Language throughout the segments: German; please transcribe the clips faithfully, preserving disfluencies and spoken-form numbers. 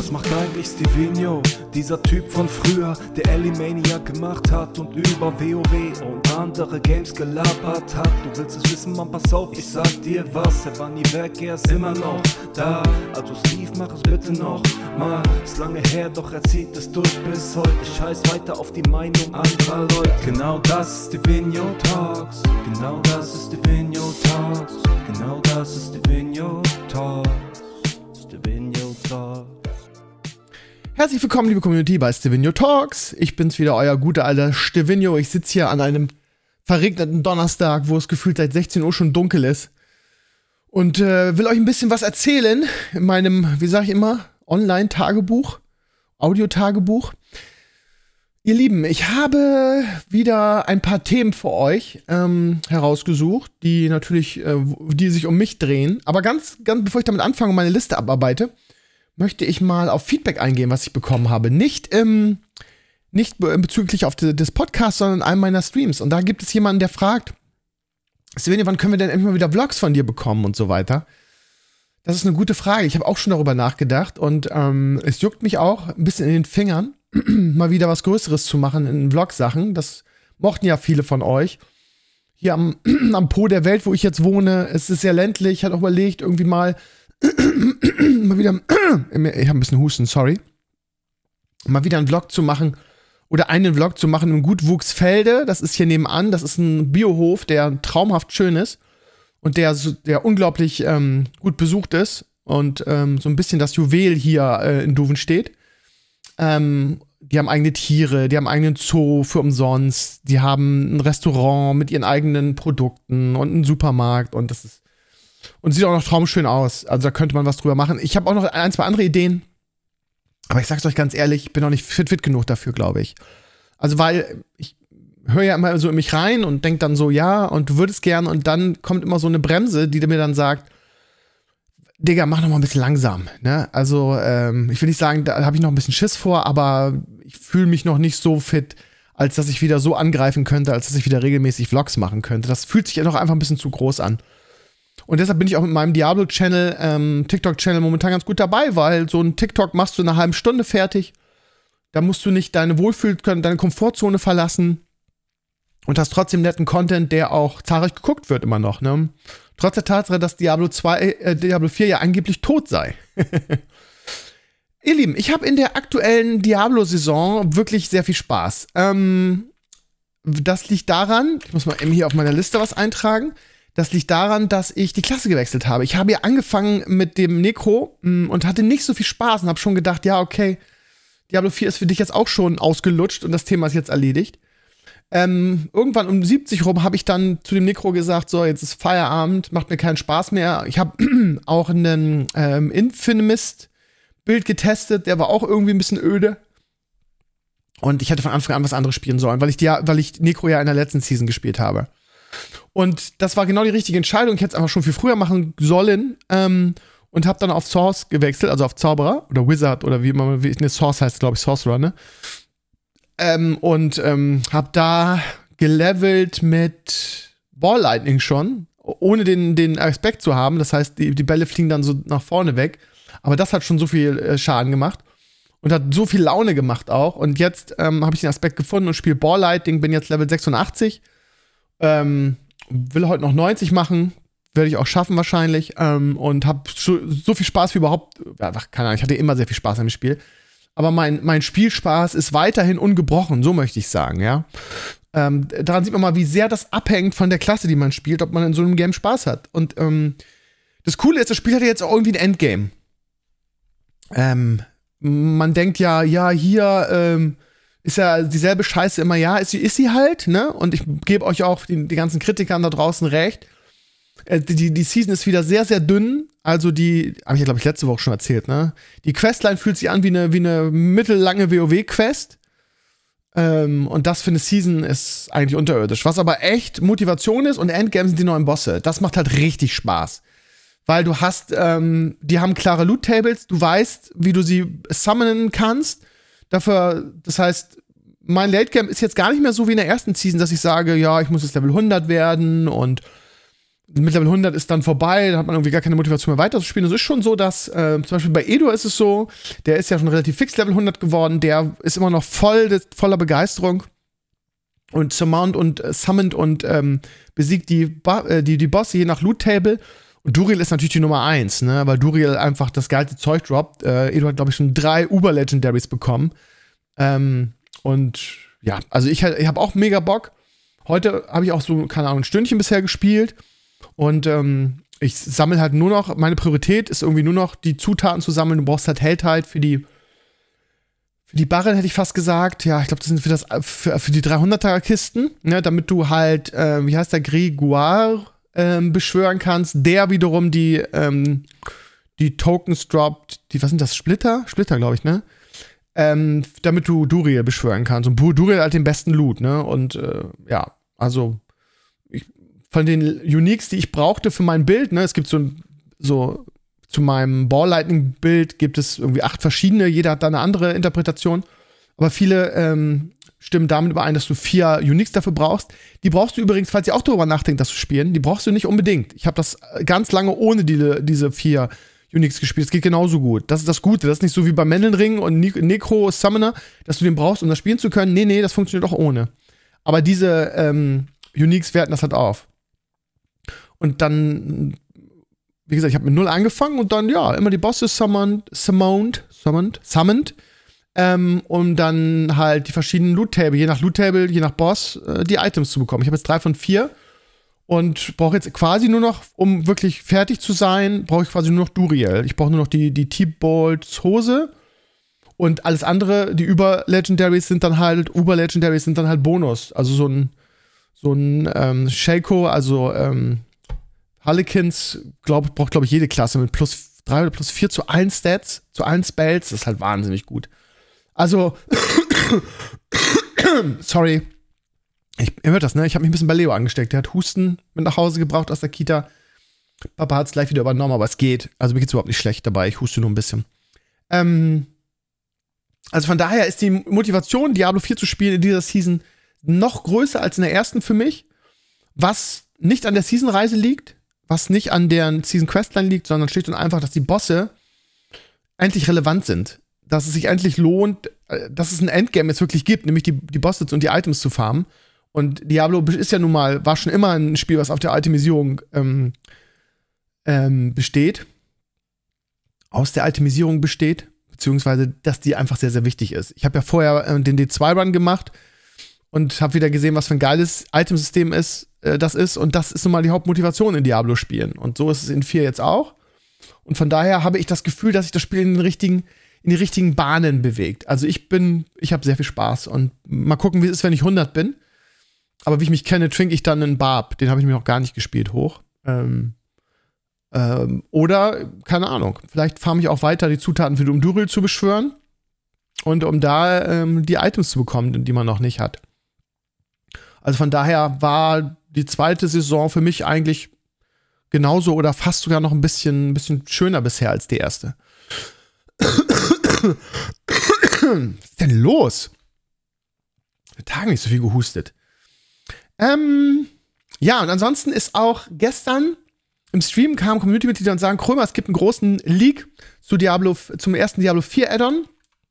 Was macht eigentlich Stevino? Dieser Typ von früher, der Elimania gemacht hat und über WoW und andere Games gelabert hat. Du willst es wissen, Mann, pass auf, ich sag dir was. Er war nie weg, er ist immer noch da. Also Steve, mach es bitte noch mal. Ist lange her, doch er zieht es durch bis heute. Scheiß weiter auf die Meinung anderer Leute. Genau das ist Stevino Talks. Genau das ist Stevino Talks. Genau das ist Stevino Talks. Stevino Talks. Herzlich willkommen, liebe Community, bei Stevino Talks. Ich bin's wieder, euer guter alter Stevino. Ich sitze hier an einem verregneten Donnerstag, wo es gefühlt seit sechzehn Uhr schon dunkel ist. Und äh, will euch ein bisschen was erzählen in meinem, wie sag ich immer, Online-Tagebuch, Audio-Tagebuch. Ihr Lieben, ich habe wieder ein paar Themen für euch ähm, herausgesucht, die natürlich, äh, die sich um mich drehen. Aber ganz, ganz bevor ich damit anfange und meine Liste abarbeite, möchte ich mal auf Feedback eingehen, was ich bekommen habe. Nicht, ähm, nicht be- bezüglich auf de- des Podcasts, sondern in einem meiner Streams. Und da gibt es jemanden, der fragt, Svenja, wann können wir denn endlich mal wieder Vlogs von dir bekommen und so weiter? Das ist eine gute Frage. Ich habe auch schon darüber nachgedacht und ähm, es juckt mich auch ein bisschen in den Fingern, mal wieder was Größeres zu machen in Vlog-Sachen. Das mochten ja viele von euch. Hier am, am Po der Welt, wo ich jetzt wohne, es ist sehr ländlich. Ich hatte auch überlegt, irgendwie mal mal wieder, ich habe ein bisschen Husten, sorry, mal wieder einen Vlog zu machen oder einen Vlog zu machen im Gutwuchsfelde. Das ist hier nebenan, das ist ein Biohof, der traumhaft schön ist und der, der unglaublich ähm, gut besucht ist und ähm, so ein bisschen das Juwel hier äh, in Duven steht. Ähm, die haben eigene Tiere, die haben einen eigenen Zoo für umsonst, die haben ein Restaurant mit ihren eigenen Produkten und einen Supermarkt und das ist Und sieht auch noch traumschön aus. Also da könnte man was drüber machen. Ich habe auch noch ein, zwei andere Ideen. Aber ich sag's euch ganz ehrlich, ich bin noch nicht fit, fit genug dafür, glaube ich. Also weil ich höre ja immer so in mich rein und denke dann so, ja, und du würdest gern. Und dann kommt immer so eine Bremse, die mir dann sagt, Digga, mach noch mal ein bisschen langsam. Ne? Also ähm, ich will nicht sagen, da habe ich noch ein bisschen Schiss vor, aber ich fühle mich noch nicht so fit, als dass ich wieder so angreifen könnte, als dass ich wieder regelmäßig Vlogs machen könnte. Das fühlt sich ja noch einfach ein bisschen zu groß an. Und deshalb bin ich auch mit meinem Diablo-Channel, ähm, TikTok-Channel momentan ganz gut dabei, weil so ein TikTok machst du in einer halben Stunde fertig. Da musst du nicht deine Wohlfühl, deine Komfortzone verlassen und hast trotzdem netten Content, der auch zahlreich geguckt wird immer noch, ne? Trotz der Tatsache, dass Diablo zwei, äh, Diablo vier ja angeblich tot sei. Ihr Lieben, ich habe in der aktuellen Diablo-Saison wirklich sehr viel Spaß. Ähm, das liegt daran, ich muss mal eben hier auf meiner Liste was eintragen. Das liegt daran, dass ich die Klasse gewechselt habe. Ich habe ja angefangen mit dem Necro mh, und hatte nicht so viel Spaß und habe schon gedacht, ja, okay, Diablo vier ist für dich jetzt auch schon ausgelutscht und das Thema ist jetzt erledigt. Ähm, irgendwann um siebzig rum habe ich dann zu dem Necro gesagt, so, jetzt ist Feierabend, macht mir keinen Spaß mehr. Ich habe auch einen ähm, Infinimist-Bild getestet, der war auch irgendwie ein bisschen öde. Und ich hätte von Anfang an was anderes spielen sollen, weil ich, die, weil ich Necro ja in der letzten Season gespielt habe. Und das war genau die richtige Entscheidung. Ich hätte es einfach schon viel früher machen sollen. Ähm, und habe dann auf Source gewechselt, also auf Zauberer oder Wizard oder wie man, wie ne, Source heißt, glaube ich, Sorcerer, ne? Ähm, und ähm, habe da gelevelt mit Ball Lightning schon, ohne den, den Aspekt zu haben. Das heißt, die, die Bälle fliegen dann so nach vorne weg. Aber das hat schon so viel äh, Schaden gemacht. Und hat so viel Laune gemacht auch. Und jetzt ähm, habe ich den Aspekt gefunden und spiele Ball Lightning, bin jetzt Level sechsundachtzig. Ähm, will heute noch neunzig machen, werde ich auch schaffen wahrscheinlich, ähm, und habe so viel Spaß wie überhaupt, ach, keine Ahnung, ich hatte immer sehr viel Spaß an dem Spiel, aber mein, mein Spielspaß ist weiterhin ungebrochen, so möchte ich sagen, ja. Ähm, daran sieht man mal, wie sehr das abhängt von der Klasse, die man spielt, ob man in so einem Game Spaß hat. Und ähm, das Coole ist, das Spiel hat ja jetzt auch irgendwie ein Endgame. Ähm, man denkt ja, ja, hier, ähm, ist ja dieselbe Scheiße immer, ja, ist sie, ist sie halt, ne? Und ich gebe euch auch die, die ganzen Kritikern da draußen recht. Äh, die, die Season ist wieder sehr, sehr dünn. Also die, habe ich ja, glaube ich, letzte Woche schon erzählt, ne? Die Questline fühlt sich an wie eine, wie eine mittellange WoW-Quest. Ähm, und das für eine Season ist eigentlich unterirdisch. Was aber echt Motivation ist und Endgame sind die neuen Bosse. Das macht halt richtig Spaß. Weil du hast, ähm, die haben klare Loot-Tables, du weißt, wie du sie summonen kannst. Dafür, das heißt, mein Late-Game ist jetzt gar nicht mehr so wie in der ersten Season, dass ich sage, ja, ich muss jetzt Level hundert werden und mit Level hundert ist dann vorbei, da hat man irgendwie gar keine Motivation mehr weiterzuspielen. Es ist schon so, dass äh, zum Beispiel bei Edo ist es so, der ist ja schon relativ fix Level hundert geworden, der ist immer noch voll des, voller Begeisterung und surmount und äh, summoned und ähm, besiegt die, ba- äh, die, die Bosse je nach Loot-Table. Und Duriel ist natürlich die Nummer eins, ne, weil Duriel einfach das geilste Zeug droppt. Äh, Edo hat, glaube ich, schon drei Uber-Legendaries bekommen. Ähm, und ja, also ich, ich habe auch mega Bock. Heute habe ich auch so, keine Ahnung, ein Stündchen bisher gespielt. Und ähm, ich sammle halt nur noch, meine Priorität ist irgendwie nur noch, die Zutaten zu sammeln. Du brauchst halt Held halt für die für die Barren, hätte ich fast gesagt. Ja, ich glaube, das sind für, das, für, für die dreihunderter-Kisten, ne, damit du halt, äh, wie heißt der, Grégoire ähm, beschwören kannst, der wiederum die, ähm, die Tokens droppt, die, was sind das, Splitter? Splitter, glaube ich, ne? Ähm, damit du Duriel beschwören kannst. Und Duriel hat den besten Loot, ne? Und äh, ja, also ich, von den Uniques, die ich brauchte für mein Bild, ne? Es gibt so, so zu meinem Ball-Lightning-Bild gibt es irgendwie acht verschiedene, jeder hat da eine andere Interpretation. Aber viele ähm, stimmen damit überein, dass du vier Uniques dafür brauchst. Die brauchst du übrigens, falls ihr auch darüber nachdenkt, das zu spielen, die brauchst du nicht unbedingt. Ich habe das ganz lange ohne die, diese vier Uniques gespielt. Es geht genauso gut. Das ist das Gute. Das ist nicht so wie bei Mendelring und ne- Necro Summoner, dass du den brauchst, um das spielen zu können. Nee, nee, das funktioniert auch ohne. Aber diese ähm, Uniques werten das halt auf. Und dann, wie gesagt, ich habe mit null angefangen und dann, ja, immer die Bosse summoned, summoned, summoned, summoned, ähm, um dann halt die verschiedenen Loot-Table, je nach Loot-Table, je nach Boss, äh, die Items zu bekommen. Ich habe jetzt drei von vier und brauche jetzt quasi nur noch, um wirklich fertig zu sein, brauche ich quasi nur noch Duriel. Ich brauche nur noch die, die T-Bolts Hose und alles andere, die Über-Legendaries sind dann halt, Uber-Legendaries sind dann halt Bonus. Also so ein, so ein ähm, Shaco, also ähm, Harlequins glaub, braucht, glaube ich, jede Klasse mit plus drei oder plus vier zu allen Stats, zu allen Spells. Das ist halt wahnsinnig gut. Also, sorry. Ich, ihr hört das, ne? Ich habe mich ein bisschen bei Leo angesteckt. Der hat Husten mit nach Hause gebracht aus der Kita. Papa hat es gleich wieder übernommen, aber es geht. Also mir geht's überhaupt nicht schlecht dabei. Ich huste nur ein bisschen. Ähm, also von daher ist die Motivation, Diablo vier zu spielen in dieser Season noch größer als in der ersten für mich. Was nicht an der Season-Reise liegt, was nicht an deren Season-Questline liegt, sondern schlicht und einfach, dass die Bosse endlich relevant sind. Dass es sich endlich lohnt, dass es ein Endgame jetzt wirklich gibt, nämlich die, die Bosse und die Items zu farmen. Und Diablo ist ja nun mal, war schon immer ein Spiel, was auf der Itemisierung ähm, ähm, besteht. Aus der Itemisierung besteht. Beziehungsweise, dass die einfach sehr, sehr wichtig ist. Ich habe ja vorher äh, den D zwei Run gemacht und habe wieder gesehen, was für ein geiles Itemsystem ist, äh, das ist. Und das ist nun mal die Hauptmotivation in Diablo-Spielen. Und so ist es in vier jetzt auch. Und von daher habe ich das Gefühl, dass sich das Spiel in den richtigen, in die richtigen Bahnen bewegt. Also ich bin, ich habe sehr viel Spaß. Und mal gucken, wie es ist, wenn ich hundert bin. Aber wie ich mich kenne, trinke ich dann einen Barb. Den habe ich mir noch gar nicht gespielt hoch. Ähm, ähm, oder, keine Ahnung, vielleicht farme ich auch weiter die Zutaten für die Umduril zu beschwören. Und um da ähm, die Items zu bekommen, die man noch nicht hat. Also von daher war die zweite Saison für mich eigentlich genauso oder fast sogar noch ein bisschen, ein bisschen schöner bisher als die erste. Was ist denn los? Der Tag nicht so viel gehustet. Ähm, ja, und ansonsten ist auch gestern im Stream kamen Community-Mitglieder und sagen, Krömer, es gibt einen großen Leak zu Diablo, zum ersten Diablo vier Add-on.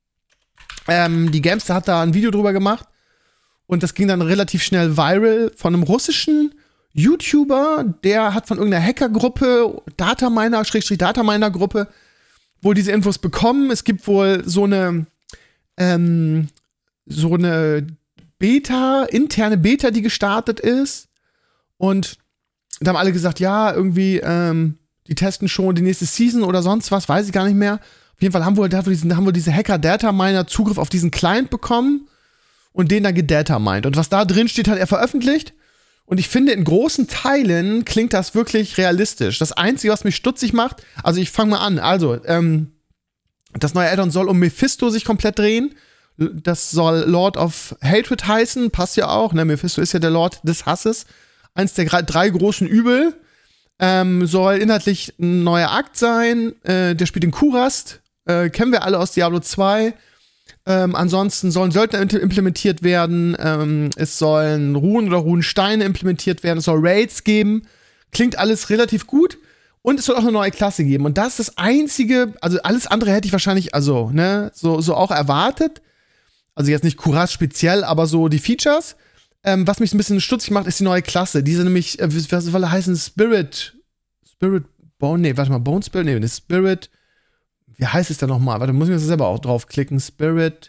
Ähm, die Gamester hat da ein Video drüber gemacht und das ging dann relativ schnell viral von einem russischen YouTuber, der hat von irgendeiner Hackergruppe, Dataminer, Schrägstrich Dataminer-Gruppe, wohl diese Infos bekommen. Es gibt wohl so eine, ähm, so eine Beta, interne Beta, die gestartet ist. Und da haben alle gesagt, ja, irgendwie, ähm, die testen schon die nächste Season oder sonst was, weiß ich gar nicht mehr. Auf jeden Fall haben wohl, haben wohl diese Hacker-Dataminer Zugriff auf diesen Client bekommen und den dann gedatamined. Und was da drin steht, hat er veröffentlicht. Und ich finde, in großen Teilen klingt das wirklich realistisch. Das Einzige, was mich stutzig macht, also ich fange mal an. Also, ähm, das neue Add-on soll um Mephisto sich komplett drehen. Das soll Lord of Hatred heißen, passt ja auch, ne? Mephisto ist ja der Lord des Hasses. Eins der drei großen Übel. Ähm, soll inhaltlich ein neuer Akt sein. Äh, der spielt in Kurast. Äh, kennen wir alle aus Diablo zwei. Ähm, ansonsten sollen Söldner implementiert werden. Ähm, es sollen Runen oder Runensteine implementiert werden. Es soll Raids geben. klingt alles relativ gut. Und es soll auch eine neue Klasse geben. Und das ist das Einzige, also alles andere hätte ich wahrscheinlich, also, ne, so, so auch erwartet. Also jetzt nicht Kuras speziell, aber so die Features. Ähm, was mich ein bisschen stutzig macht, ist die neue Klasse. Diese nämlich, äh, was soll er heißen? Spirit, Spirit Bone, nee, warte mal, Bone Spirit, nee, Spirit, wie heißt es denn nochmal? Warte, muss ich mir das selber auch draufklicken. Spirit,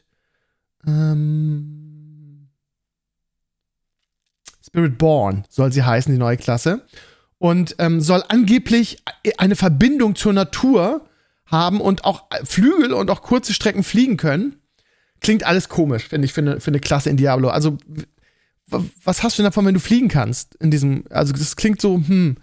ähm, Spirit Born soll sie heißen, die neue Klasse. Und ähm, soll angeblich eine Verbindung zur Natur haben und auch Flügel und auch kurze Strecken fliegen können. Klingt alles komisch, finde ich, für eine, für eine Klasse in Diablo. Also, w- was hast du denn davon, wenn du fliegen kannst? In diesem, also, das klingt so, hm.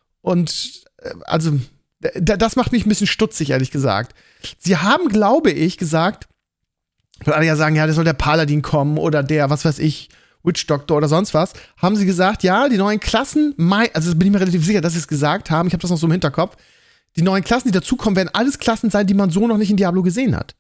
Und, äh, also, d- das macht mich ein bisschen stutzig, ehrlich gesagt. Sie haben, glaube ich, gesagt, weil alle ja sagen, ja, da soll der Paladin kommen oder der, was weiß ich, Witch Doctor oder sonst was, haben sie gesagt, ja, die neuen Klassen, also bin ich mir relativ sicher, dass sie es gesagt haben, ich habe das noch so im Hinterkopf, die neuen Klassen, die dazukommen, werden alles Klassen sein, die man so noch nicht in Diablo gesehen hat.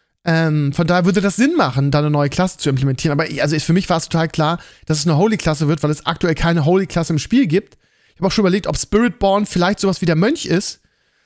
Ähm, von daher würde das Sinn machen, da eine neue Klasse zu implementieren. Aber also für mich war es total klar, dass es eine Holy-Klasse wird, weil es aktuell keine Holy-Klasse im Spiel gibt. Ich habe auch schon überlegt, ob Spiritborn vielleicht sowas wie der Mönch ist.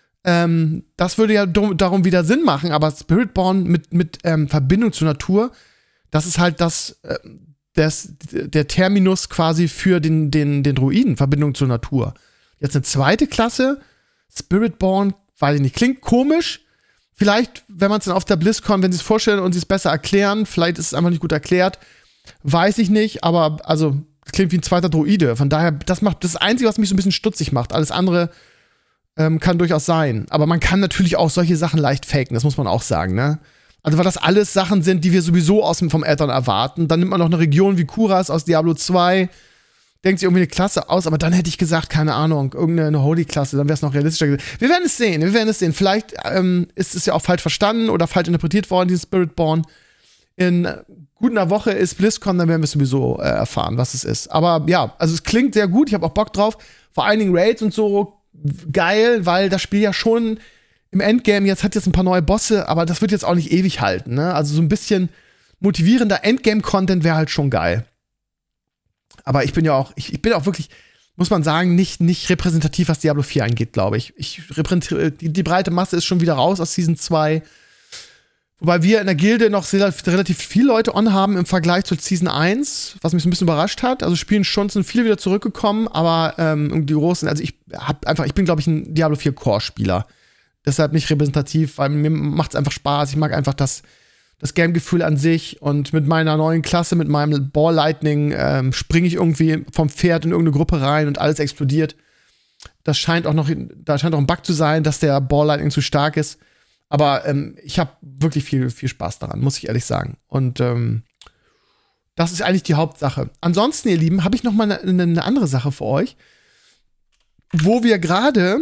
Ähm, das würde ja drum, darum wieder Sinn machen, aber Spiritborn mit, mit ähm, Verbindung zur Natur, das ist halt das äh, Das, der Terminus quasi für den, den, den Druiden, Verbindung zur Natur. Jetzt eine zweite Klasse, Spiritborn, weiß ich nicht, klingt komisch. Vielleicht, wenn man es dann auf der BlizzCon, wenn sie es vorstellen und sie es besser erklären, vielleicht ist es einfach nicht gut erklärt, weiß ich nicht, aber also klingt wie ein zweiter Druide. Von daher, das macht das Einzige, was mich so ein bisschen stutzig macht. Alles andere ähm, kann durchaus sein. Aber man kann natürlich auch solche Sachen leicht faken, das muss man auch sagen, ne? Also, weil das alles Sachen sind, die wir sowieso aus dem, vom Add-on erwarten. Dann nimmt man noch eine Region wie Kuras aus Diablo zwei, denkt sich irgendwie eine Klasse aus, aber dann hätte ich gesagt, keine Ahnung, irgendeine Holy-Klasse, dann wäre es noch realistischer gewesen. Wir werden es sehen, wir werden es sehen. Vielleicht ähm, ist es ja auch falsch verstanden oder falsch interpretiert worden, dieses Spiritborn. In gut einer Woche ist BlizzCon, dann werden wir sowieso äh, erfahren, was es ist. Aber ja, also es klingt sehr gut, ich habe auch Bock drauf. Vor allen Dingen Raids und so geil, weil das Spiel ja schon im Endgame, jetzt hat jetzt ein paar neue Bosse, aber das wird jetzt auch nicht ewig halten, ne? Also so ein bisschen motivierender Endgame-Content wäre halt schon geil. Aber ich bin ja auch, ich, ich bin auch wirklich, muss man sagen, nicht, nicht repräsentativ, was Diablo vier angeht, glaube ich. Ich repräsentiere, die, die breite Masse ist schon wieder raus aus Season zwei. Wobei wir in der Gilde noch sehr, relativ viele Leute on haben im Vergleich zu Season eins, was mich so ein bisschen überrascht hat. Also spielen schon, sind viele wieder zurückgekommen, aber ähm, die großen, also ich hab einfach, ich bin, glaube ich, ein Diablo vier Core-Spieler. Deshalb nicht repräsentativ, weil mir macht es einfach Spaß. Ich mag einfach das, das Game-Gefühl an sich. Und mit meiner neuen Klasse, mit meinem Ball Lightning, ähm, springe ich irgendwie vom Pferd in irgendeine Gruppe rein und alles explodiert. Das scheint auch noch, da scheint auch ein Bug zu sein, dass der Ball Lightning zu stark ist. Aber ähm, ich habe wirklich viel, viel Spaß daran, muss ich ehrlich sagen. Und ähm, das ist eigentlich die Hauptsache. Ansonsten, ihr Lieben, habe ich noch mal eine, eine andere Sache für euch, wo wir gerade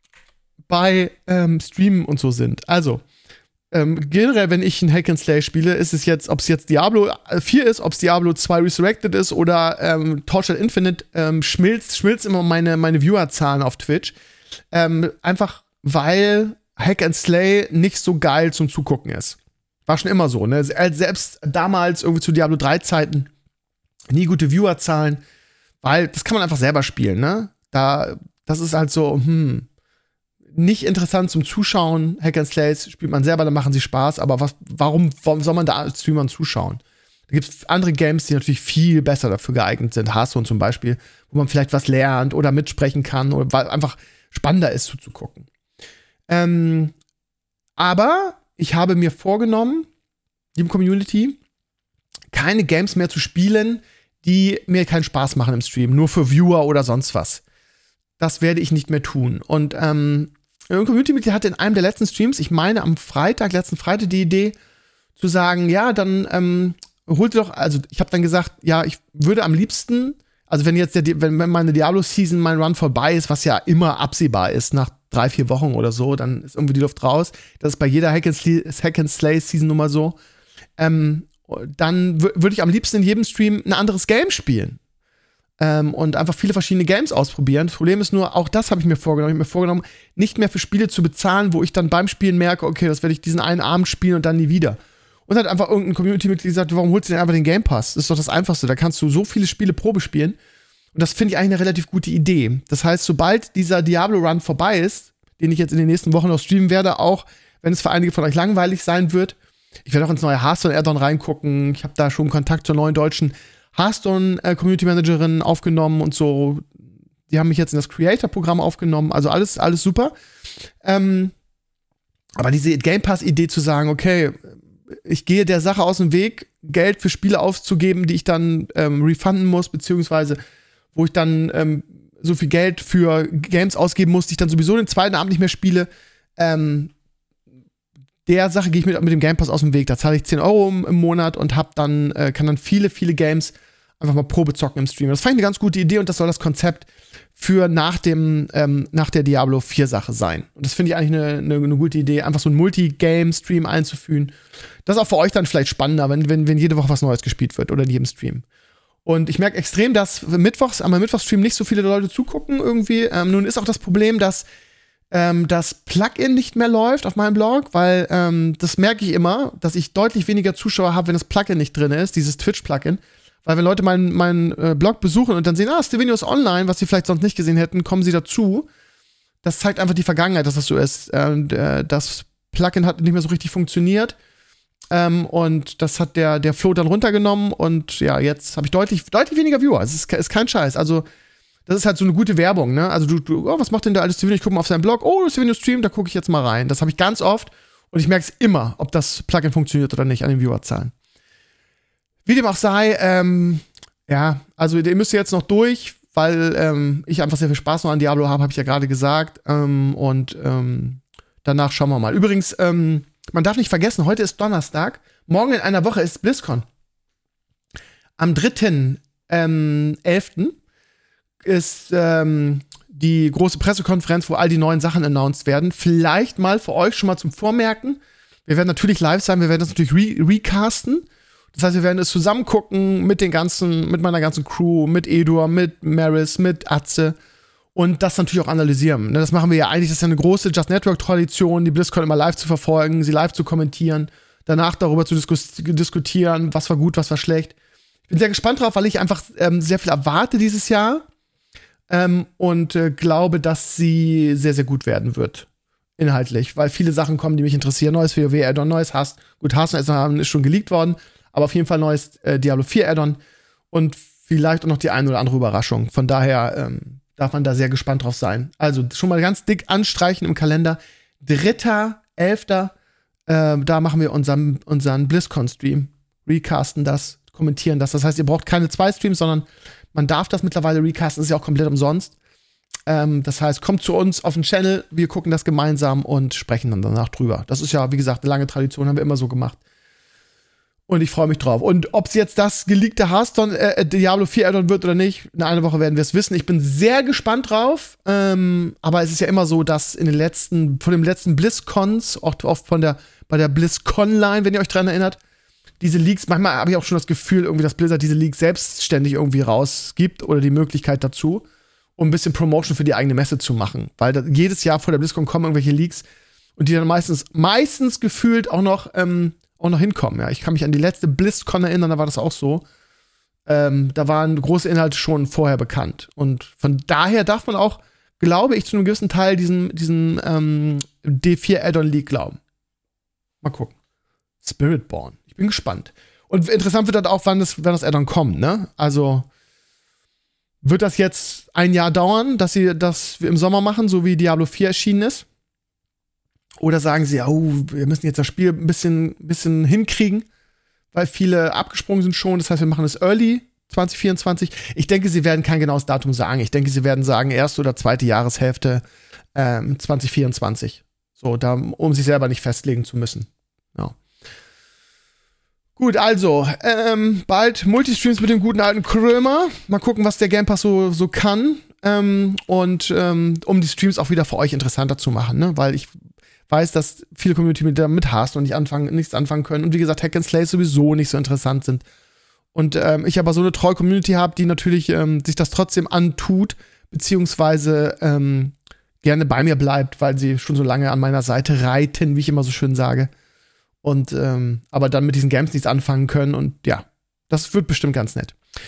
bei ähm, Streamen und so sind. Also, ähm, generell, wenn ich ein Hack and Slay spiele, ist es jetzt, ob es jetzt Diablo vier ist, ob es Diablo zwei Resurrected ist oder ähm, Torchlight Infinite, ähm, schmilzt, schmilzt immer meine, meine Viewerzahlen auf Twitch. Ähm, einfach, weil Hack and Slay nicht so geil zum Zugucken ist. War schon immer so, ne? Selbst damals, irgendwie zu Diablo drei Zeiten, nie gute Viewerzahlen, weil das kann man einfach selber spielen, ne? Da, das ist halt so, hm, nicht interessant zum Zuschauen. Hack and Slays spielt man selber, dann machen sie Spaß, aber was, warum, warum soll man da als Streamern zuschauen? Da gibt es andere Games, die natürlich viel besser dafür geeignet sind. Hearthstone zum Beispiel, wo man vielleicht was lernt oder mitsprechen kann oder weil einfach spannender ist zuzugucken. Ähm, aber ich habe mir vorgenommen, liebe Community, keine Games mehr zu spielen, die mir keinen Spaß machen im Stream, nur für Viewer oder sonst was. Das werde ich nicht mehr tun. Und ähm, ein Community-Mitglied hatte in einem der letzten Streams, ich meine am Freitag, letzten Freitag, die Idee zu sagen, ja, dann ähm, holt ihr doch, also ich habe dann gesagt, ja, ich würde am liebsten, also wenn jetzt der, wenn, wenn meine Diablo-Season, mein Run vorbei ist, was ja immer absehbar ist, nach drei, vier Wochen oder so, dann ist irgendwie die Luft raus. Das ist bei jeder Hack and Slay, Hack and Slay-Season nun mal so. Ähm, dann w- würde ich am liebsten in jedem Stream ein anderes Game spielen. Ähm, und einfach viele verschiedene Games ausprobieren. Das Problem ist nur, auch das habe ich mir vorgenommen. Ich habe mir vorgenommen, nicht mehr für Spiele zu bezahlen, wo ich dann beim Spielen merke, okay, das werde ich diesen einen Abend spielen und dann nie wieder. Und hat einfach irgendein Community-Mitglied gesagt, warum holst du denn einfach den Game Pass? Das ist doch das Einfachste. Da kannst du so viele Spiele Probe spielen. Und das finde ich eigentlich eine relativ gute Idee. Das heißt, sobald dieser Diablo-Run vorbei ist, den ich jetzt in den nächsten Wochen noch streamen werde, auch wenn es für einige von euch langweilig sein wird, ich werde auch ins neue Hearthstone-Add-on reingucken. Ich habe da schon Kontakt zur neuen deutschen Hearthstone-Community-Managerin aufgenommen und so. Die haben mich jetzt in das Creator-Programm aufgenommen. Also alles, alles super. Ähm, aber diese Game Pass-Idee zu sagen, okay, ich gehe der Sache aus dem Weg, Geld für Spiele auszugeben, die ich dann ähm, refunden muss, beziehungsweise wo ich dann ähm, so viel Geld für Games ausgeben muss, die ich dann sowieso den zweiten Abend nicht mehr spiele, ähm, der Sache gehe ich mit, mit dem Game Pass aus dem Weg. Da zahle ich zehn Euro im, im Monat und hab dann, äh, kann dann viele, viele Games einfach mal Probe zocken im Stream. Das fand ich eine ganz gute Idee und das soll das Konzept für nach dem, ähm, nach der Diablo vier Sache sein. Und das finde ich eigentlich eine, eine, eine gute Idee, einfach so einen Multi-Game-Stream einzufügen. Das ist auch für euch dann vielleicht spannender, wenn, wenn, wenn jede Woche was Neues gespielt wird oder in jedem Stream. Und ich merke extrem, dass mittwochs, am Mittwochsstream nicht so viele Leute zugucken irgendwie. Ähm, nun ist auch das Problem, dass ähm, das Plugin nicht mehr läuft auf meinem Blog, weil ähm, das merke ich immer, dass ich deutlich weniger Zuschauer habe, wenn das Plugin nicht drin ist, dieses Twitch-Plugin. Weil wenn Leute meinen mein, äh, Blog besuchen und dann sehen, ah, Stevino ist online, was sie vielleicht sonst nicht gesehen hätten, kommen sie dazu. Das zeigt einfach die Vergangenheit, dass das so ist. Und, äh, das Plugin hat nicht mehr so richtig funktioniert. Ähm, und das hat der, der Flo dann runtergenommen. Und ja, jetzt habe ich deutlich, deutlich weniger Viewer. Es ist, ist kein Scheiß. Also, das ist halt so eine gute Werbung, ne? Also, du, du oh, was macht denn der alte Stevino? Ich gucke mal auf seinen Blog. Oh, Stevino streamt, da gucke ich jetzt mal rein. Das habe ich ganz oft. Und ich merke es immer, ob das Plugin funktioniert oder nicht an den Viewerzahlen. Wie dem auch sei, ähm, ja, also ihr müsst jetzt noch durch, weil ähm, ich einfach sehr viel Spaß noch an Diablo habe, habe ich ja gerade gesagt. Ähm, und ähm, danach schauen wir mal. Übrigens, ähm, man darf nicht vergessen, heute ist Donnerstag, morgen in einer Woche ist BlizzCon. Am dritten elften ist ähm, die große Pressekonferenz, wo all die neuen Sachen announced werden. Vielleicht mal für euch schon mal zum Vormerken. Wir werden natürlich live sein, wir werden das natürlich re- recasten. Das heißt, wir werden es zusammen gucken mit den ganzen, mit meiner ganzen Crew, mit Edur, mit Maris, mit Atze und das natürlich auch analysieren. Das machen wir ja eigentlich, das ist ja eine große Just Network-Tradition, die BlizzCon immer live zu verfolgen, sie live zu kommentieren, danach darüber zu diskus- diskutieren, was war gut, was war schlecht. Ich bin sehr gespannt drauf, weil ich einfach ähm, sehr viel erwarte dieses Jahr ähm, und äh, glaube, dass sie sehr, sehr gut werden wird. Inhaltlich, weil viele Sachen kommen, die mich interessieren. Neues WoW-Add-on, neues Hass. Gut, Hearthstone ist schon geleakt worden, aber auf jeden Fall neues äh, Diablo vier Add-on und vielleicht auch noch die eine oder andere Überraschung. Von daher ähm, darf man da sehr gespannt drauf sein. Also schon mal ganz dick anstreichen im Kalender. dritter elfter Äh, da machen wir unseren, unseren BlizzCon-Stream. Recasten das, kommentieren das. Das heißt, ihr braucht keine zwei Streams, sondern man darf das mittlerweile recasten. Das ist ja auch komplett umsonst. Ähm, das heißt, kommt zu uns auf den Channel, wir gucken das gemeinsam und sprechen dann danach drüber. Das ist ja, wie gesagt, eine lange Tradition, haben wir immer so gemacht. Und ich freue mich drauf. Und ob es jetzt das geleakte Hearthstone äh, Diablo vier Add-on wird oder nicht, in einer Woche werden wir es wissen. Ich bin sehr gespannt drauf. Ähm, aber es ist ja immer so, dass in den letzten, von den letzten BlizzCons, auch oft von der, bei der BlizzCon-Line, wenn ihr euch dran erinnert, diese Leaks, manchmal habe ich auch schon das Gefühl, irgendwie, dass Blizzard diese Leaks selbstständig irgendwie rausgibt oder die Möglichkeit dazu, um ein bisschen Promotion für die eigene Messe zu machen. Weil da, jedes Jahr vor der BlizzCon kommen irgendwelche Leaks und die dann meistens, meistens gefühlt auch noch, ähm, auch noch hinkommen. Ja, ich kann mich an die letzte BlizzCon erinnern, da war das auch so. Ähm, da waren große Inhalte schon vorher bekannt. Und von daher darf man auch, glaube ich, zu einem gewissen Teil diesen, diesen ähm, D vier Add-on Leak glauben. Mal gucken. Spiritborn. Ich bin gespannt. Und interessant wird dann auch, wann das, wann das Add-on kommt, ne? Also wird das jetzt ein Jahr dauern, dass sie das im Sommer machen, so wie Diablo vier erschienen ist? Oder sagen sie, oh, wir müssen jetzt das Spiel ein bisschen, bisschen hinkriegen, weil viele abgesprungen sind schon. Das heißt, wir machen es early zwanzig vierundzwanzig. Ich denke, sie werden kein genaues Datum sagen. Ich denke, sie werden sagen, erste oder zweite Jahreshälfte ähm, zwanzig vierundzwanzig. So, da, um sich selber nicht festlegen zu müssen. Ja. Gut, also, ähm, bald Multistreams mit dem guten alten Krömer. Mal gucken, was der Game Pass so, so kann. Ähm, und ähm, um die Streams auch wieder für euch interessanter zu machen, ne? Weil ich weiß, dass viele Community-Mitglieder mit Hearthstone nicht anfangen, nichts anfangen können. Und wie gesagt, Hack and Slay sowieso nicht so interessant sind. Und ähm, ich aber so eine treue Community habe, die natürlich ähm, sich das trotzdem antut, beziehungsweise ähm, gerne bei mir bleibt, weil sie schon so lange an meiner Seite reiten, wie ich immer so schön sage. Und ähm, aber dann mit diesen Games nichts anfangen können. Und ja, das wird bestimmt ganz nett.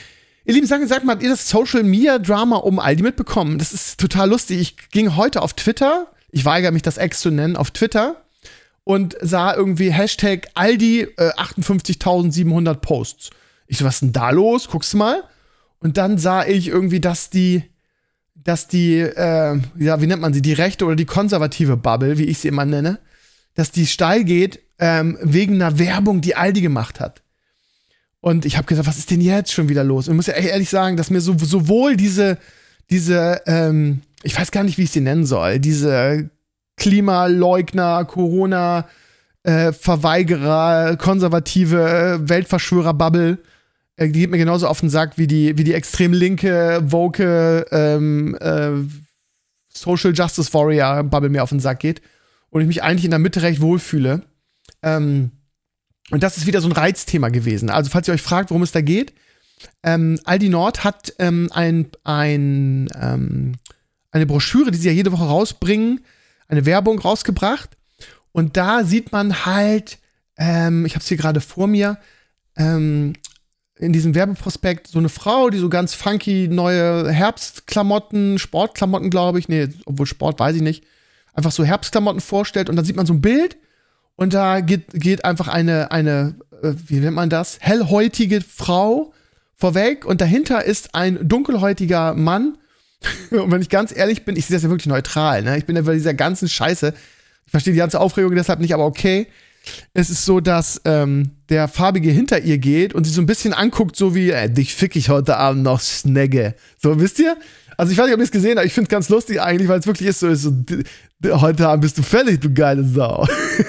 Ihr Lieben, sagt, sagt mal, habt ihr das Social-Media-Drama um Aldi mitbekommen? Das ist total lustig. Ich ging heute auf Twitter, ich weigere mich, das Ex zu nennen, auf Twitter und sah irgendwie Hashtag Aldi äh, achtundfünfzigtausendsiebenhundert Posts. Ich so, was ist denn da los? Guckst du mal. Und dann sah ich irgendwie, dass die, dass die, äh, ja, wie nennt man sie, die rechte oder die konservative Bubble, wie ich sie immer nenne, dass die steil geht ähm, wegen einer Werbung, die Aldi gemacht hat. Und ich habe gesagt, was ist denn jetzt schon wieder los? Und ich muss ja ehrlich sagen, dass mir so, sowohl diese, diese, ähm, ich weiß gar nicht, wie ich sie nennen soll, diese Klimaleugner, Corona, äh, Verweigerer, konservative Weltverschwörer-Bubble, äh, die geht mir genauso auf den Sack wie die, wie die extrem linke, woke, ähm, äh, Social Justice Warrior-Bubble mir auf den Sack geht. Und ich mich eigentlich in der Mitte recht wohlfühle. Ähm, Und das ist wieder so ein Reizthema gewesen. Also, falls ihr euch fragt, worum es da geht, ähm, Aldi Nord hat ähm, ein, ein, ähm, eine Broschüre, die sie ja jede Woche rausbringen, eine Werbung rausgebracht. Und da sieht man halt, ähm, ich habe es hier gerade vor mir, ähm, in diesem Werbeprospekt so eine Frau, die so ganz funky neue Herbstklamotten, Sportklamotten, glaube ich, nee, obwohl Sport weiß ich nicht, einfach so Herbstklamotten vorstellt. Und dann sieht man so ein Bild. Und da geht, geht einfach eine, eine, äh, wie nennt man das, hellhäutige Frau vorweg und dahinter ist ein dunkelhäutiger Mann. Und wenn ich ganz ehrlich bin, ich sehe das ja wirklich neutral, ne? Ich bin ja bei dieser ganzen Scheiße, ich verstehe die ganze Aufregung deshalb nicht, aber okay. Es ist so, dass ähm, der Farbige hinter ihr geht und sie so ein bisschen anguckt, so wie, äh, dich fick ich heute Abend noch Snegge. So, wisst ihr? Also ich weiß nicht, ob ihr es gesehen habt, ich finde es ganz lustig eigentlich, weil es wirklich ist so, ist so d- d- heute Abend bist du fertig, du geile Sau.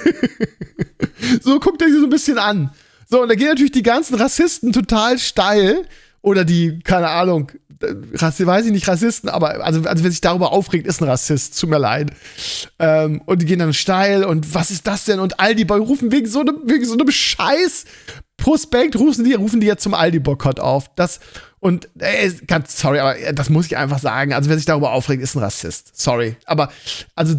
So guckt er sich so ein bisschen an. So, und da gehen natürlich die ganzen Rassisten total steil. Oder die, keine Ahnung, Rassi- weiß ich nicht, Rassisten, aber also, also wer sich darüber aufregt, ist ein Rassist, tut mir leid. Ähm, und die gehen dann steil und was ist das denn? Und Aldi Boy rufen wegen so einem, wegen so einem Scheiß Prospekt, rufen die, rufen die jetzt zum Aldi-Boykott auf. Das, und, ey, ganz, sorry, aber das muss ich einfach sagen. Also wer sich darüber aufregt, ist ein Rassist. Sorry. Aber, also,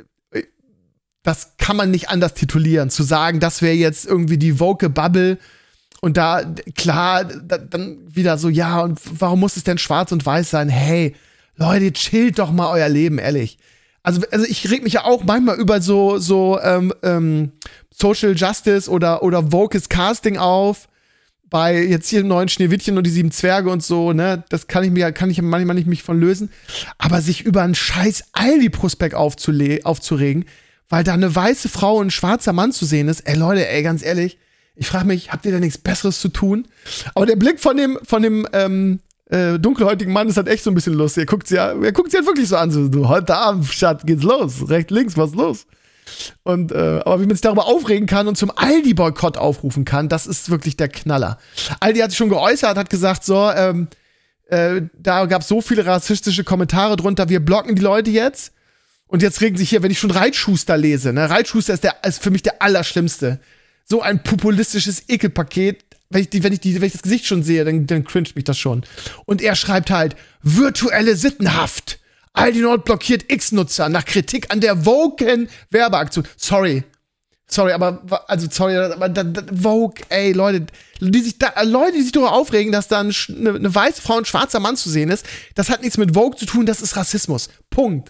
das kann man nicht anders titulieren. Zu sagen, das wäre jetzt irgendwie die woke Bubble und da, klar, da, dann wieder so, ja, und warum muss es denn schwarz und weiß sein? Hey, Leute, chillt doch mal euer Leben, ehrlich. Also, also ich reg mich ja auch manchmal über so, so ähm, ähm, Social Justice oder, oder wokes Casting auf. Bei jetzt hier im neuen Schneewittchen und die sieben Zwerge und so, ne, das kann ich mir, kann ich manchmal nicht mich von lösen. Aber sich über einen scheiß Aldi-Prospekt aufzule- aufzuregen, weil da eine weiße Frau und ein schwarzer Mann zu sehen ist, ey Leute, ey, ganz ehrlich, ich frage mich, habt ihr da nichts Besseres zu tun? Aber der Blick von dem, von dem, ähm, äh, dunkelhäutigen Mann ist halt echt so ein bisschen lustig. Er guckt sie, ja, er guckt sie halt wirklich so an, so, du, heute Abend, Schatz, geht's los, rechts, links, was ist los? Und, äh, aber wie man sich darüber aufregen kann und zum Aldi-Boykott aufrufen kann, das ist wirklich der Knaller. Aldi hat sich schon geäußert, hat gesagt, so, ähm, äh, da gab es so viele rassistische Kommentare drunter, wir blocken die Leute jetzt. Und jetzt regen sich hier, wenn ich schon Reitschuster lese, ne, Reitschuster ist, der, ist für mich der Allerschlimmste. So ein populistisches Ekelpaket. Wenn ich, die, wenn, ich die, wenn ich das Gesicht schon sehe, dann, dann cringet mich das schon. Und er schreibt halt, virtuelle Sittenhaft. Aldi Nord blockiert X-Nutzer nach Kritik an der woken Werbeaktion. Sorry. Sorry, aber, also, sorry, aber, da, da, Vogue, ey, Leute, die sich da, Leute, die sich darüber aufregen, dass da eine, eine weiße Frau und ein schwarzer Mann zu sehen ist, das hat nichts mit Vogue zu tun, das ist Rassismus. Punkt.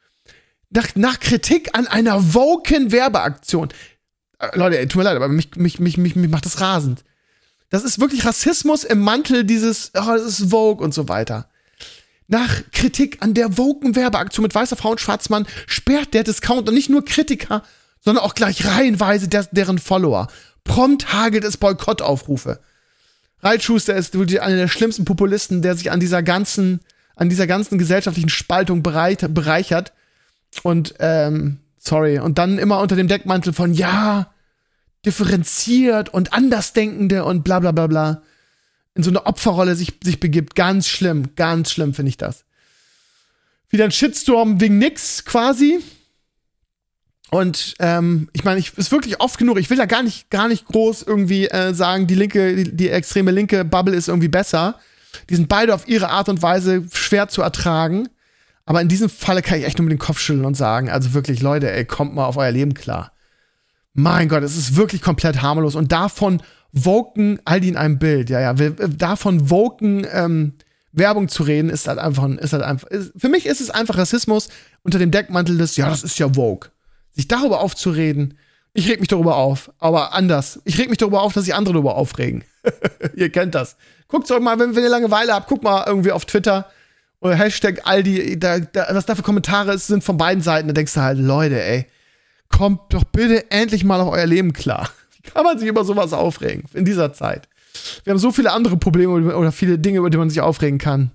Nach, nach Kritik an einer woken Werbeaktion. Äh, Leute, ey, tut mir leid, aber mich, mich, mich, mich, mich macht das rasend. Das ist wirklich Rassismus im Mantel dieses, oh, das ist Vogue und so weiter. Nach Kritik an der woken Werbeaktion mit weißer Frau und Schwarzmann sperrt der Discounter nicht nur Kritiker, sondern auch gleich reihenweise der, deren Follower. Prompt hagelt es Boykottaufrufe. Reitschuster ist wirklich einer der schlimmsten Populisten, der sich an dieser ganzen, an dieser ganzen gesellschaftlichen Spaltung bereit, bereichert. Und, ähm, sorry. Und dann immer unter dem Deckmantel von, ja, differenziert und Andersdenkende und bla bla bla bla. In so eine Opferrolle sich, sich begibt. Ganz schlimm, ganz schlimm finde ich das. Wieder ein Shitstorm wegen nix quasi. Und ähm, ich meine, ich ist wirklich oft genug, ich will da gar nicht, gar nicht groß irgendwie äh, sagen, die linke, die, die extreme linke Bubble ist irgendwie besser. Die sind beide auf ihre Art und Weise schwer zu ertragen. Aber in diesem Falle kann ich echt nur mit dem Kopf schütteln und sagen, also wirklich, Leute, ey, kommt mal auf euer Leben klar. Mein Gott, es ist wirklich komplett harmlos. Und davon woken, all die in einem Bild, ja, ja, davon woken ähm, Werbung zu reden, ist halt einfach, ist halt einfach, ist, für mich ist es einfach Rassismus unter dem Deckmantel des, ja, das ist ja woke. Sich darüber aufzureden, ich reg mich darüber auf, aber anders. Ich reg mich darüber auf, dass sich andere darüber aufregen. Ihr kennt das. Guckt doch mal, wenn, wenn ihr Langeweile habt, guckt mal irgendwie auf Twitter oder Hashtag Aldi, da, da, was da für Kommentare sind von beiden Seiten, da denkst du halt, Leute, ey, kommt doch bitte endlich mal auf euer Leben klar. Wie kann man sich über sowas aufregen in dieser Zeit? Wir haben so viele andere Probleme oder viele Dinge, über die man sich aufregen kann.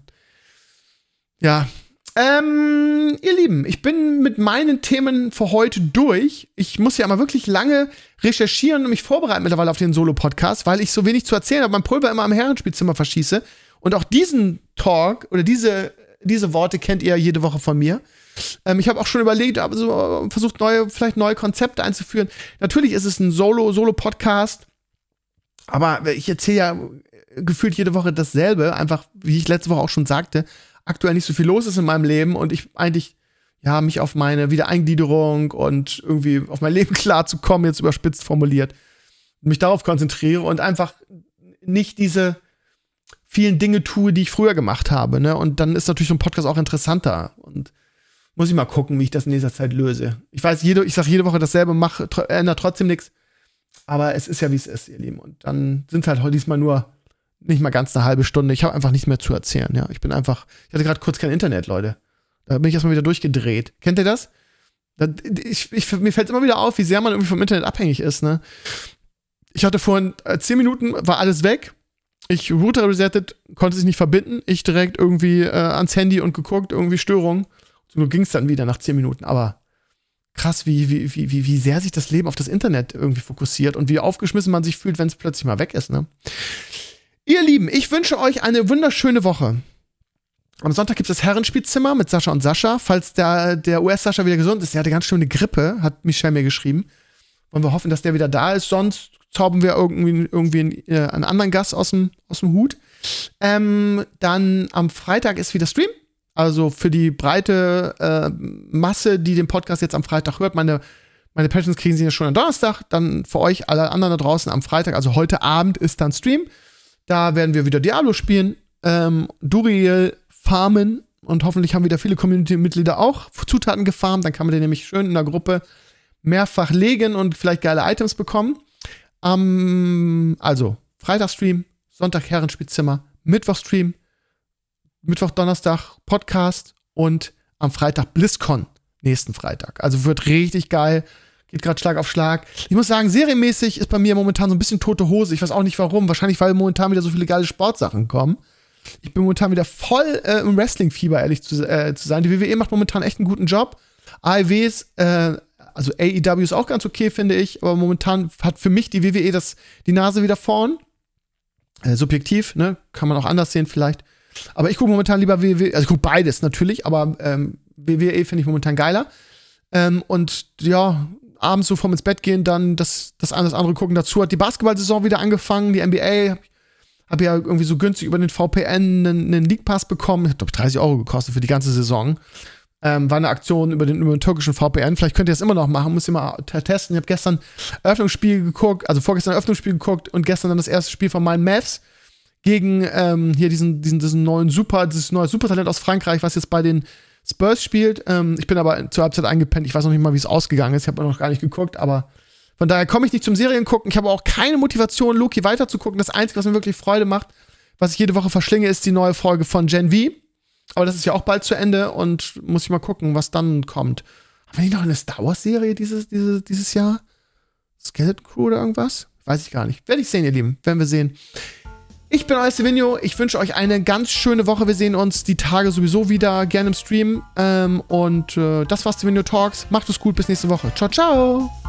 Ja. Ähm, ihr Lieben, ich bin mit meinen Themen für heute durch. Ich muss ja mal wirklich lange recherchieren und mich vorbereiten mittlerweile auf den Solo-Podcast, weil ich so wenig zu erzählen habe, mein Pulver immer am Herrenspielzimmer verschieße. Und auch diesen Talk oder diese, diese Worte kennt ihr jede Woche von mir. Ähm, ich habe auch schon überlegt, aber so versucht, neue, vielleicht neue Konzepte einzuführen. Natürlich ist es ein Solo, Solo-Podcast, aber ich erzähle ja gefühlt jede Woche dasselbe, einfach, wie ich letzte Woche auch schon sagte, aktuell nicht so viel los ist in meinem Leben und ich eigentlich, ja, mich auf meine Wiedereingliederung und irgendwie auf mein Leben klarzukommen, jetzt überspitzt formuliert, mich darauf konzentriere und einfach nicht diese vielen Dinge tue, die ich früher gemacht habe, ne? Und dann ist natürlich so ein Podcast auch interessanter und muss ich mal gucken, wie ich das in nächster Zeit löse. Ich weiß, jede, ich sage jede Woche dasselbe, mach, tr- ändert trotzdem nichts, aber es ist ja, wie es ist, ihr Lieben. Und dann sind es halt heute diesmal nur nicht mal ganz eine halbe Stunde. Ich habe einfach nichts mehr zu erzählen, ja. Ich bin einfach, ich hatte gerade kurz kein Internet, Leute. Da bin ich erstmal wieder durchgedreht. Kennt ihr das? das ich, ich, mir fällt immer wieder auf, wie sehr man irgendwie vom Internet abhängig ist, ne? Ich hatte vorhin äh, zehn Minuten, war alles weg. Ich Router resettet, konnte sich nicht verbinden. Ich direkt irgendwie äh, ans Handy und geguckt, irgendwie Störung. So ging es dann wieder nach zehn Minuten. Aber krass, wie, wie, wie, wie sehr sich das Leben auf das Internet irgendwie fokussiert und wie aufgeschmissen man sich fühlt, wenn es plötzlich mal weg ist, ne? Ihr Lieben, ich wünsche euch eine wunderschöne Woche. Am Sonntag gibt es das Herrenspielzimmer mit Sascha und Sascha. Falls der, der U S-Sascha wieder gesund ist, der hatte ganz schön eine Grippe, hat Michelle mir geschrieben. Wollen wir hoffen, dass der wieder da ist. Sonst zaubern wir irgendwie, irgendwie einen, äh, einen anderen Gast aus dem, aus dem Hut. Ähm, dann am Freitag ist wieder Stream. Also für die breite äh, Masse, die den Podcast jetzt am Freitag hört. Meine, meine Patrons kriegen sie ja schon am Donnerstag. Dann für euch, alle anderen da draußen am Freitag. Also heute Abend ist dann Stream. Da werden wir wieder Diablo spielen, ähm, Duriel farmen und hoffentlich haben wieder viele Community-Mitglieder auch Zutaten gefarmt. Dann kann man den nämlich schön in der Gruppe mehrfach legen und vielleicht geile Items bekommen. Ähm, also, Freitag-Stream, Sonntag Herrenspielzimmer, Mittwoch-Stream, Mittwoch, Donnerstag Podcast und am Freitag BlizzCon, nächsten Freitag. Also wird richtig geil. Geht gerade Schlag auf Schlag. Ich muss sagen, serienmäßig ist bei mir momentan so ein bisschen tote Hose. Ich weiß auch nicht warum. Wahrscheinlich, weil momentan wieder so viele geile Sportsachen kommen. Ich bin momentan wieder voll äh, im Wrestling-Fieber, ehrlich zu, äh, zu sein. Die W W E macht momentan echt einen guten Job. A E Ws, äh, also A E W ist auch ganz okay, finde ich. Aber momentan hat für mich die W W E das, die Nase wieder vorn. Äh, subjektiv, ne? Kann man auch anders sehen vielleicht. Aber ich gucke momentan lieber W W E. Also ich gucke beides natürlich, aber ähm, W W E finde ich momentan geiler. Ähm, und ja, abends so vorm ins Bett gehen, dann das, das eine, das andere gucken. Dazu hat die Basketball-Saison wieder angefangen, die N B A. Habe ja irgendwie so günstig über den V P N einen, einen League Pass bekommen. Hat, glaube ich, dreißig Euro gekostet für die ganze Saison. Ähm, war eine Aktion über den, über den türkischen V P N. Vielleicht könnt ihr das immer noch machen, müsst ihr mal t- testen. Ich habe gestern Eröffnungsspiel geguckt, also vorgestern Eröffnungsspiel geguckt und gestern dann das erste Spiel von meinen Mavs gegen ähm, hier diesen, diesen, diesen neuen Super, dieses neue Supertalent aus Frankreich, was jetzt bei den Spurs spielt. Ähm, ich bin aber zur Halbzeit eingepennt. Ich weiß noch nicht mal, wie es ausgegangen ist. Ich habe noch gar nicht geguckt, aber von daher komme ich nicht zum Seriengucken. Ich habe auch keine Motivation, Loki weiterzugucken. Das Einzige, was mir wirklich Freude macht, was ich jede Woche verschlinge, ist die neue Folge von Gen V. Aber das ist ja auch bald zu Ende und muss ich mal gucken, was dann kommt. Haben wir nicht noch eine Star Wars-Serie dieses, dieses, dieses Jahr? Skeleton Crew oder irgendwas? Weiß ich gar nicht. Werde ich sehen, ihr Lieben. Werden wir sehen. Ich bin euer Stevenio. Ich wünsche euch eine ganz schöne Woche. Wir sehen uns die Tage sowieso wieder gerne im Stream. Ähm, und äh, das war's, Stevenio Talks. Macht es gut. Bis nächste Woche. Ciao, ciao.